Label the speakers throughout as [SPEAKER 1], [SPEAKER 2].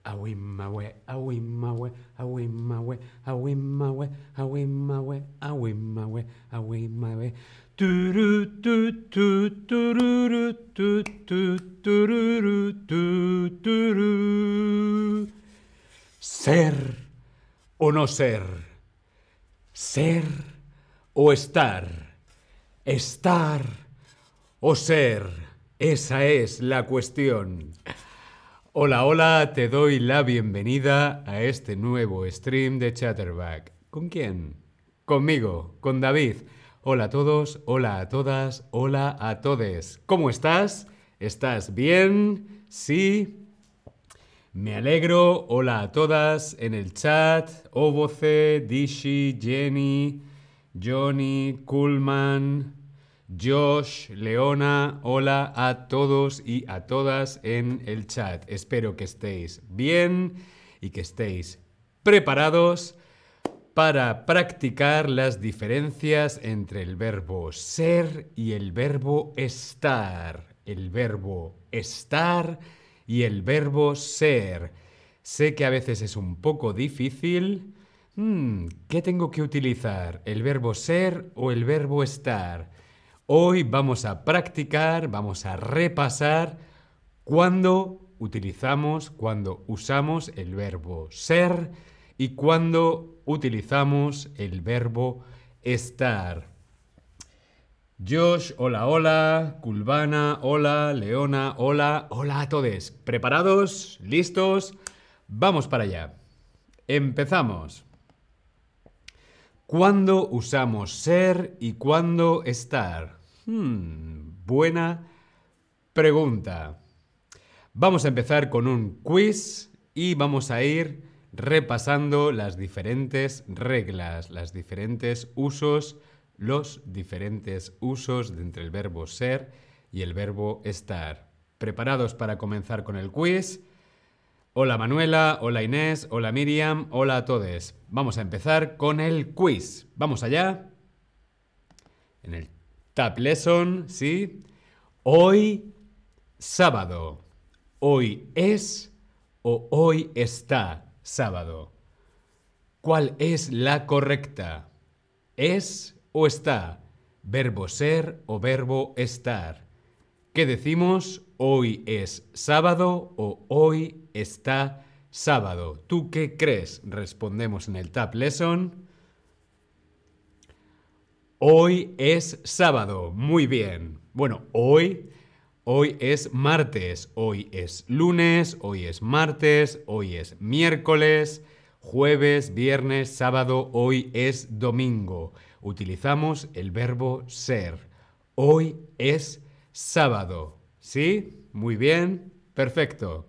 [SPEAKER 1] Awimawe, awimawe, awimawe, awimawe, awimawe, awimawe, awimawe. Turu, tu, tu, tururu, tu, tu, tururu, tu, turu. Ser o no ser. Ser o estar. Estar o ser. Esa es la cuestión. Hola, hola, te doy la bienvenida a este nuevo stream de Chatterback. ¿Con quién? Conmigo, con David. Hola a todos, hola a todas, hola a todes. ¿Cómo estás? ¿Estás bien? ¿Sí? Me alegro. Hola a todas en el chat. Oboce, Dishi, Jenny, Johnny, Kuhlman, Josh, Leona, hola a todos y a todas en el chat. Espero que estéis bien y que estéis preparados para practicar las diferencias entre el verbo ser y el verbo estar. El verbo estar y el verbo ser. Sé que a veces es un poco difícil. ¿Qué tengo que utilizar? ¿El verbo ser o el verbo estar? Hoy vamos a practicar, vamos a repasar cuando usamos el verbo ser y cuando utilizamos el verbo estar. Josh, hola, hola. Kulvana, hola. Leona, hola. Hola a todos. ¿Preparados? ¿Listos? Vamos para allá. Empezamos. ¿Cuándo usamos ser y cuándo estar? Buena pregunta. Vamos a empezar con un quiz y vamos a ir repasando las diferentes reglas, los diferentes usos de entre el verbo ser y el verbo estar. ¿Preparados para comenzar con el quiz? Hola Manuela, hola Inés, hola Miriam, hola a todos. Vamos a empezar con el quiz. ¿Vamos allá? En el Tab Lesson, ¿sí? Hoy, sábado. ¿Hoy es o hoy está sábado? ¿Cuál es la correcta? ¿Es o está? ¿Verbo ser o verbo estar? ¿Qué decimos? ¿Hoy es sábado o hoy está sábado? ¿Tú qué crees? Respondemos en el Tab Lesson. Hoy es sábado. Muy bien. Bueno, hoy es martes, hoy es lunes, hoy es martes, hoy es miércoles, jueves, viernes, sábado, hoy es domingo. Utilizamos el verbo ser. Hoy es sábado. ¿Sí? Muy bien. Perfecto.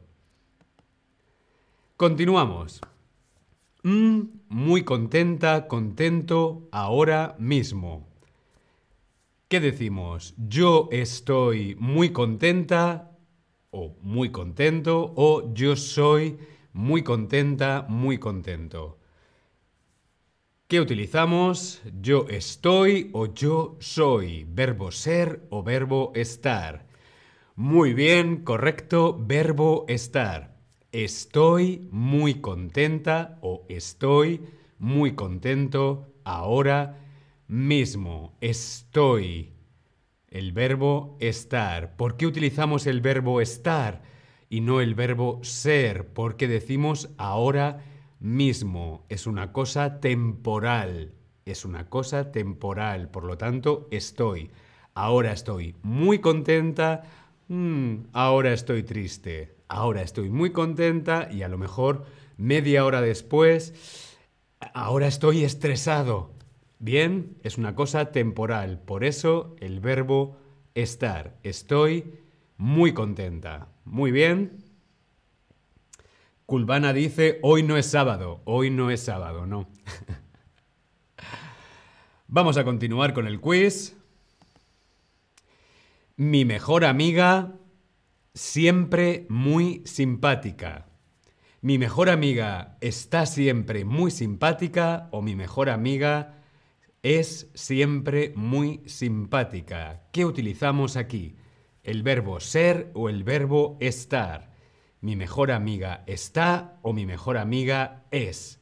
[SPEAKER 1] Continuamos. Muy contenta, contento ahora mismo. ¿Qué decimos? Yo estoy muy contenta o muy contento o yo soy muy contenta, muy contento. ¿Qué utilizamos? Yo estoy o yo soy. Verbo ser o verbo estar. Muy bien, correcto, verbo estar. Estoy muy contenta o estoy muy contento ahora mismo. Estoy. El verbo estar. ¿Por qué utilizamos el verbo estar y no el verbo ser? Porque decimos ahora mismo. Es una cosa temporal. Es una cosa temporal. Por lo tanto, estoy. Ahora estoy muy contenta. Ahora estoy triste. Ahora estoy muy contenta y a lo mejor media hora después, ahora estoy estresado. Bien, es una cosa temporal. Por eso el verbo estar. Estoy muy contenta. Muy bien. Kulvana dice, hoy no es sábado. Hoy no es sábado, no. Vamos a continuar con el quiz. Mi mejor amiga, siempre muy simpática. Mi mejor amiga está siempre muy simpática o mi mejor amiga es siempre muy simpática. ¿Qué utilizamos aquí? ¿El verbo ser o el verbo estar? ¿Mi mejor amiga está o mi mejor amiga es?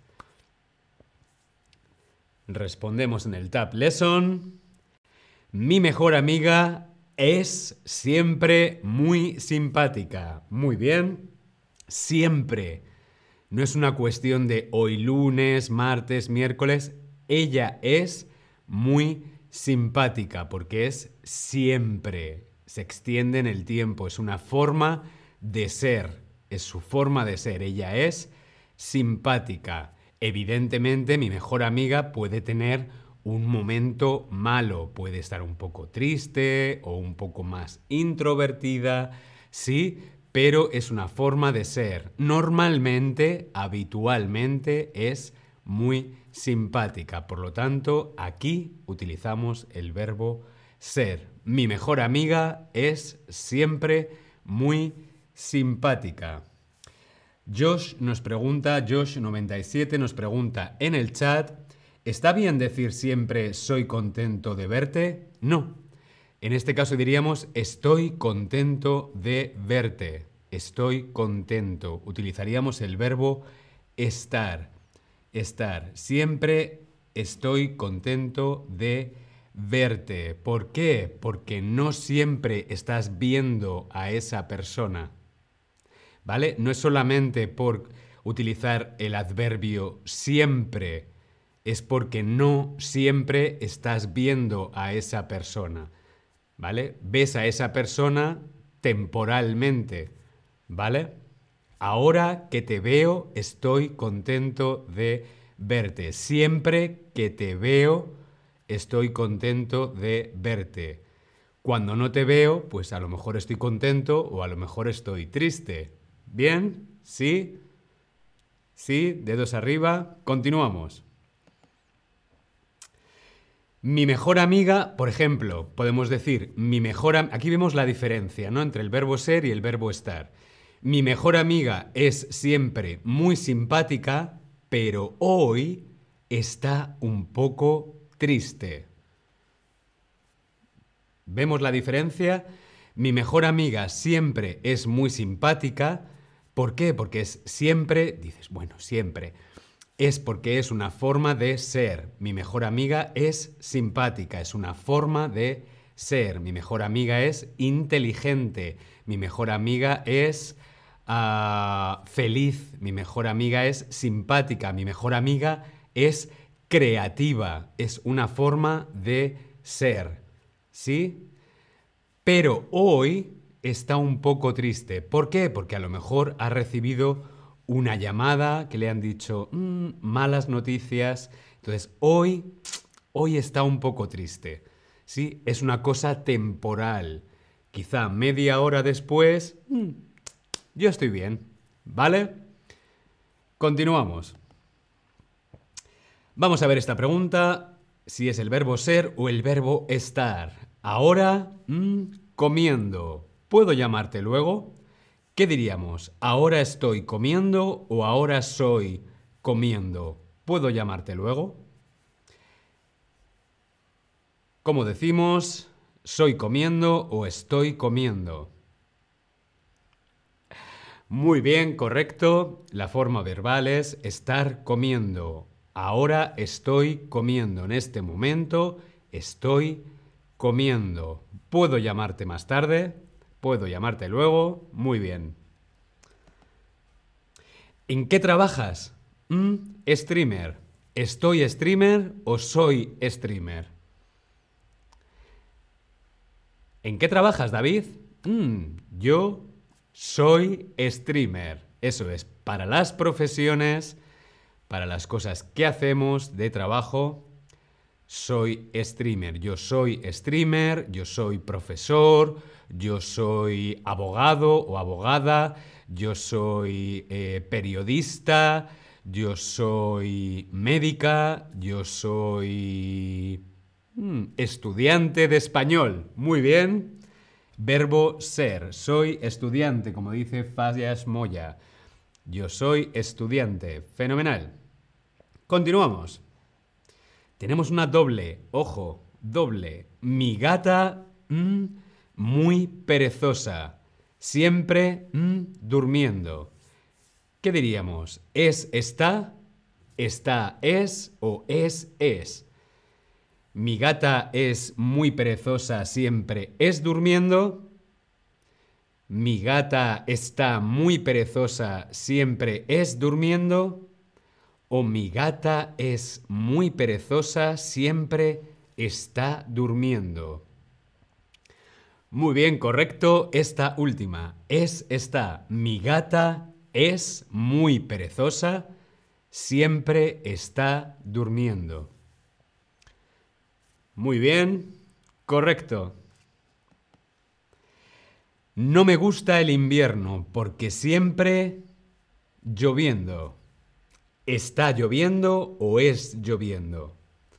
[SPEAKER 1] Respondemos en el Tab Lesson. Mi mejor amiga es siempre muy simpática. Muy bien. Siempre. No es una cuestión de hoy lunes, martes, miércoles. Ella es muy simpática porque es siempre. Se extiende en el tiempo. Es una forma de ser. Es su forma de ser. Ella es simpática. Evidentemente, mi mejor amiga puede tener un momento malo. Puede estar un poco triste o un poco más introvertida. Sí, pero es una forma de ser. Normalmente, habitualmente, es muy simpática. Por lo tanto, aquí utilizamos el verbo ser. Mi mejor amiga es siempre muy simpática. Josh97 nos pregunta en el chat, ¿está bien decir siempre soy contento de verte? No. En este caso diríamos estoy contento de verte. Estoy contento. Utilizaríamos el verbo estar. Estar. Siempre estoy contento de verte. ¿Por qué? Porque no siempre estás viendo a esa persona. ¿Vale? No es solamente por utilizar el adverbio siempre, es porque no siempre estás viendo a esa persona. ¿Vale? Ves a esa persona temporalmente. ¿Vale? Ahora que te veo, estoy contento de verte. Siempre que te veo, estoy contento de verte. Cuando no te veo, pues a lo mejor estoy contento o a lo mejor estoy triste. ¿Bien? ¿Sí? ¿Sí? Dedos arriba. Continuamos. Mi mejor amiga, por ejemplo, podemos decir mi mejor aquí vemos la diferencia, ¿no? Entre el verbo ser y el verbo estar. Mi mejor amiga es siempre muy simpática, pero hoy está un poco triste. ¿Vemos la diferencia? Mi mejor amiga siempre es muy simpática. ¿Por qué? Porque es siempre, dices, bueno, siempre. Es porque es una forma de ser. Mi mejor amiga es simpática, es una forma de ser. Mi mejor amiga es inteligente. Mi mejor amiga es feliz. Mi mejor amiga es simpática. Mi mejor amiga es creativa. Es una forma de ser. ¿Sí? Pero hoy está un poco triste. ¿Por qué? Porque a lo mejor ha recibido una llamada que le han dicho malas noticias. Entonces, hoy está un poco triste. ¿Sí? Es una cosa temporal. Quizá media hora después, yo estoy bien. ¿Vale? Continuamos. Vamos a ver esta pregunta, si es el verbo ser o el verbo estar. Ahora, comiendo. ¿Puedo llamarte luego? ¿Qué diríamos? ¿Ahora estoy comiendo o ahora soy comiendo? ¿Puedo llamarte luego? ¿Cómo decimos? ¿Soy comiendo o estoy comiendo? Muy bien, correcto. La forma verbal es estar comiendo. Ahora estoy comiendo. En este momento estoy comiendo. ¿Puedo llamarte más tarde? ¿Puedo llamarte luego? Muy bien. ¿En qué trabajas? Streamer. ¿Estoy streamer o soy streamer? ¿En qué trabajas, David? Yo soy streamer. Eso es, para las profesiones, para las cosas que hacemos de trabajo, soy streamer. Yo soy streamer, yo soy profesor, yo soy abogado o abogada, yo soy periodista, yo soy médica, yo soy estudiante de español. Muy bien. Verbo ser. Soy estudiante, como dice Fallas Moya. Yo soy estudiante. Fenomenal. Continuamos. Tenemos una doble. Ojo, doble. Mi gata, muy perezosa. siempre durmiendo. ¿Qué diríamos? ¿Es está? ¿Está es? ¿O es? Mi gata es muy perezosa, siempre es durmiendo. Mi gata está muy perezosa, siempre es durmiendo. O mi gata es muy perezosa, siempre está durmiendo. Muy bien, correcto. Esta última. Es está. Mi gata es muy perezosa, siempre está durmiendo. Muy bien, correcto. No me gusta el invierno porque siempre lloviendo. ¿Está lloviendo o es lloviendo?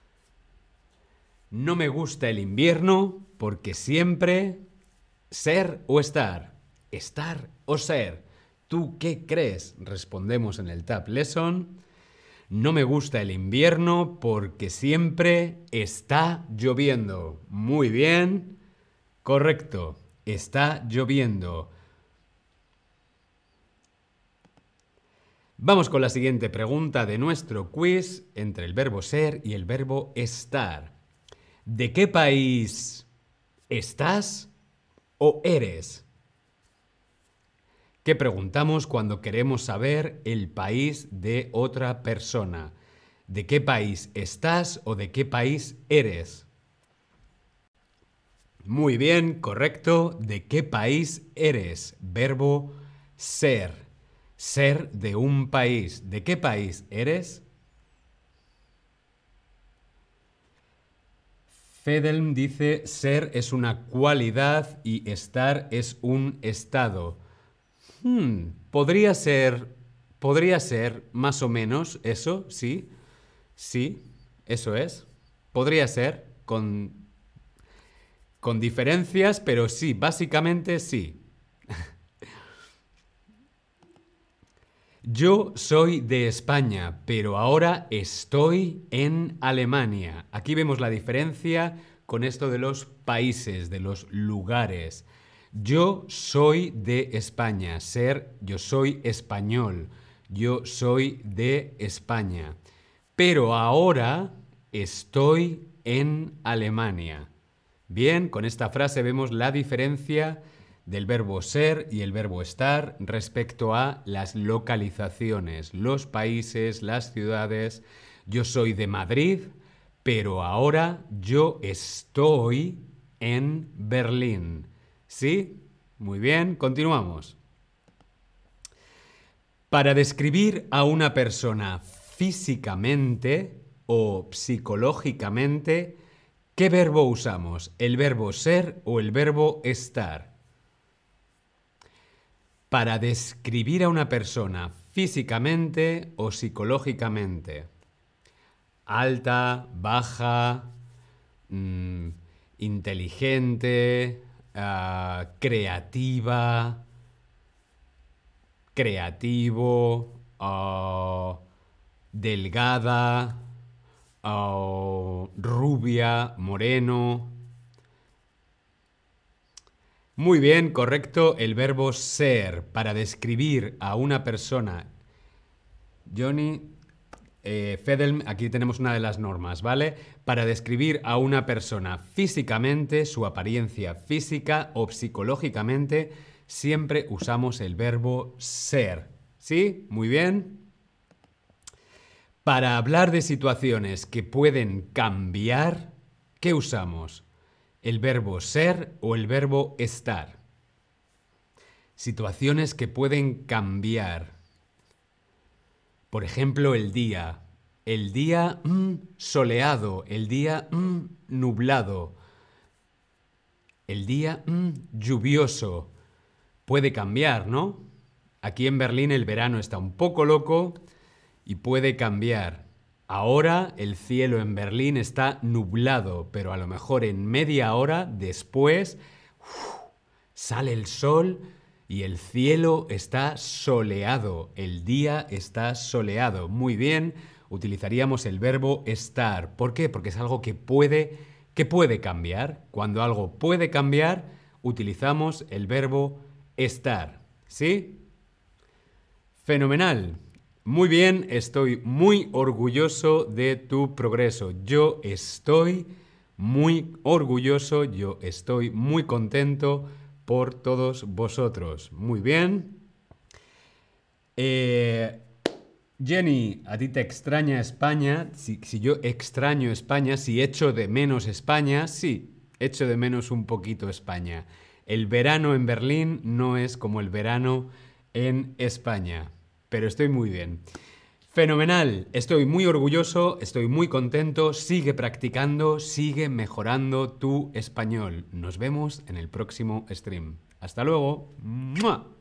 [SPEAKER 1] No me gusta el invierno porque siempre ser o estar. Estar o ser. ¿Tú qué crees? Respondemos en el Tab Lesson. No me gusta el invierno porque siempre está lloviendo. Muy bien. Correcto. Está lloviendo. Vamos con la siguiente pregunta de nuestro quiz entre el verbo ser y el verbo estar. ¿De qué país estás o eres? ¿Qué preguntamos cuando queremos saber el país de otra persona? ¿De qué país estás o de qué país eres? Muy bien, correcto. ¿De qué país eres? Verbo ser. Ser de un país. ¿De qué país eres? Fedelm dice, ser es una cualidad y estar es un estado. Podría ser más o menos eso, sí, sí, eso es. Podría ser con diferencias, pero sí, básicamente sí. Yo soy de España, pero ahora estoy en Alemania. Aquí vemos la diferencia con esto de los países, de los lugares. Yo soy de España. Ser, yo soy español. Yo soy de España. Pero ahora estoy en Alemania. Bien, con esta frase vemos la diferencia del verbo ser y el verbo estar respecto a las localizaciones, los países, las ciudades. Yo soy de Madrid, pero ahora yo estoy en Berlín. ¿Sí? Muy bien, continuamos. Para describir a una persona físicamente o psicológicamente, ¿qué verbo usamos? ¿El verbo ser o el verbo estar? Para describir a una persona físicamente o psicológicamente. Alta, baja, inteligente, creativa, creativo, delgada, rubia, moreno. Muy bien, correcto, el verbo ser para describir a una persona. Johnny, Fedelm, aquí tenemos una de las normas, ¿vale? Para describir a una persona físicamente, su apariencia física o psicológicamente, siempre usamos el verbo ser. ¿Sí? Muy bien. Para hablar de situaciones que pueden cambiar, ¿qué usamos? ¿El verbo ser o el verbo estar? Situaciones que pueden cambiar. Por ejemplo, el día. El día soleado, el día nublado, el día lluvioso. Puede cambiar, ¿no? Aquí en Berlín el verano está un poco loco y puede cambiar. Ahora el cielo en Berlín está nublado, pero a lo mejor en media hora después sale el sol y el cielo está soleado. El día está soleado. Muy bien, utilizaríamos el verbo estar. ¿Por qué? Porque es algo que puede cambiar. Cuando algo puede cambiar, utilizamos el verbo estar. ¿Sí? Fenomenal. Muy bien, estoy muy orgulloso de tu progreso. Yo estoy muy orgulloso, yo estoy muy contento por todos vosotros. Muy bien. Eh, Jenny, ¿a ti te extraña España? Si yo extraño España, si echo de menos España, sí, echo de menos un poquito España. El verano en Berlín no es como el verano en España, pero estoy muy bien. Fenomenal, estoy muy orgulloso, estoy muy contento, sigue practicando, sigue mejorando tu español. Nos vemos en el próximo stream. Hasta luego. ¡Mua!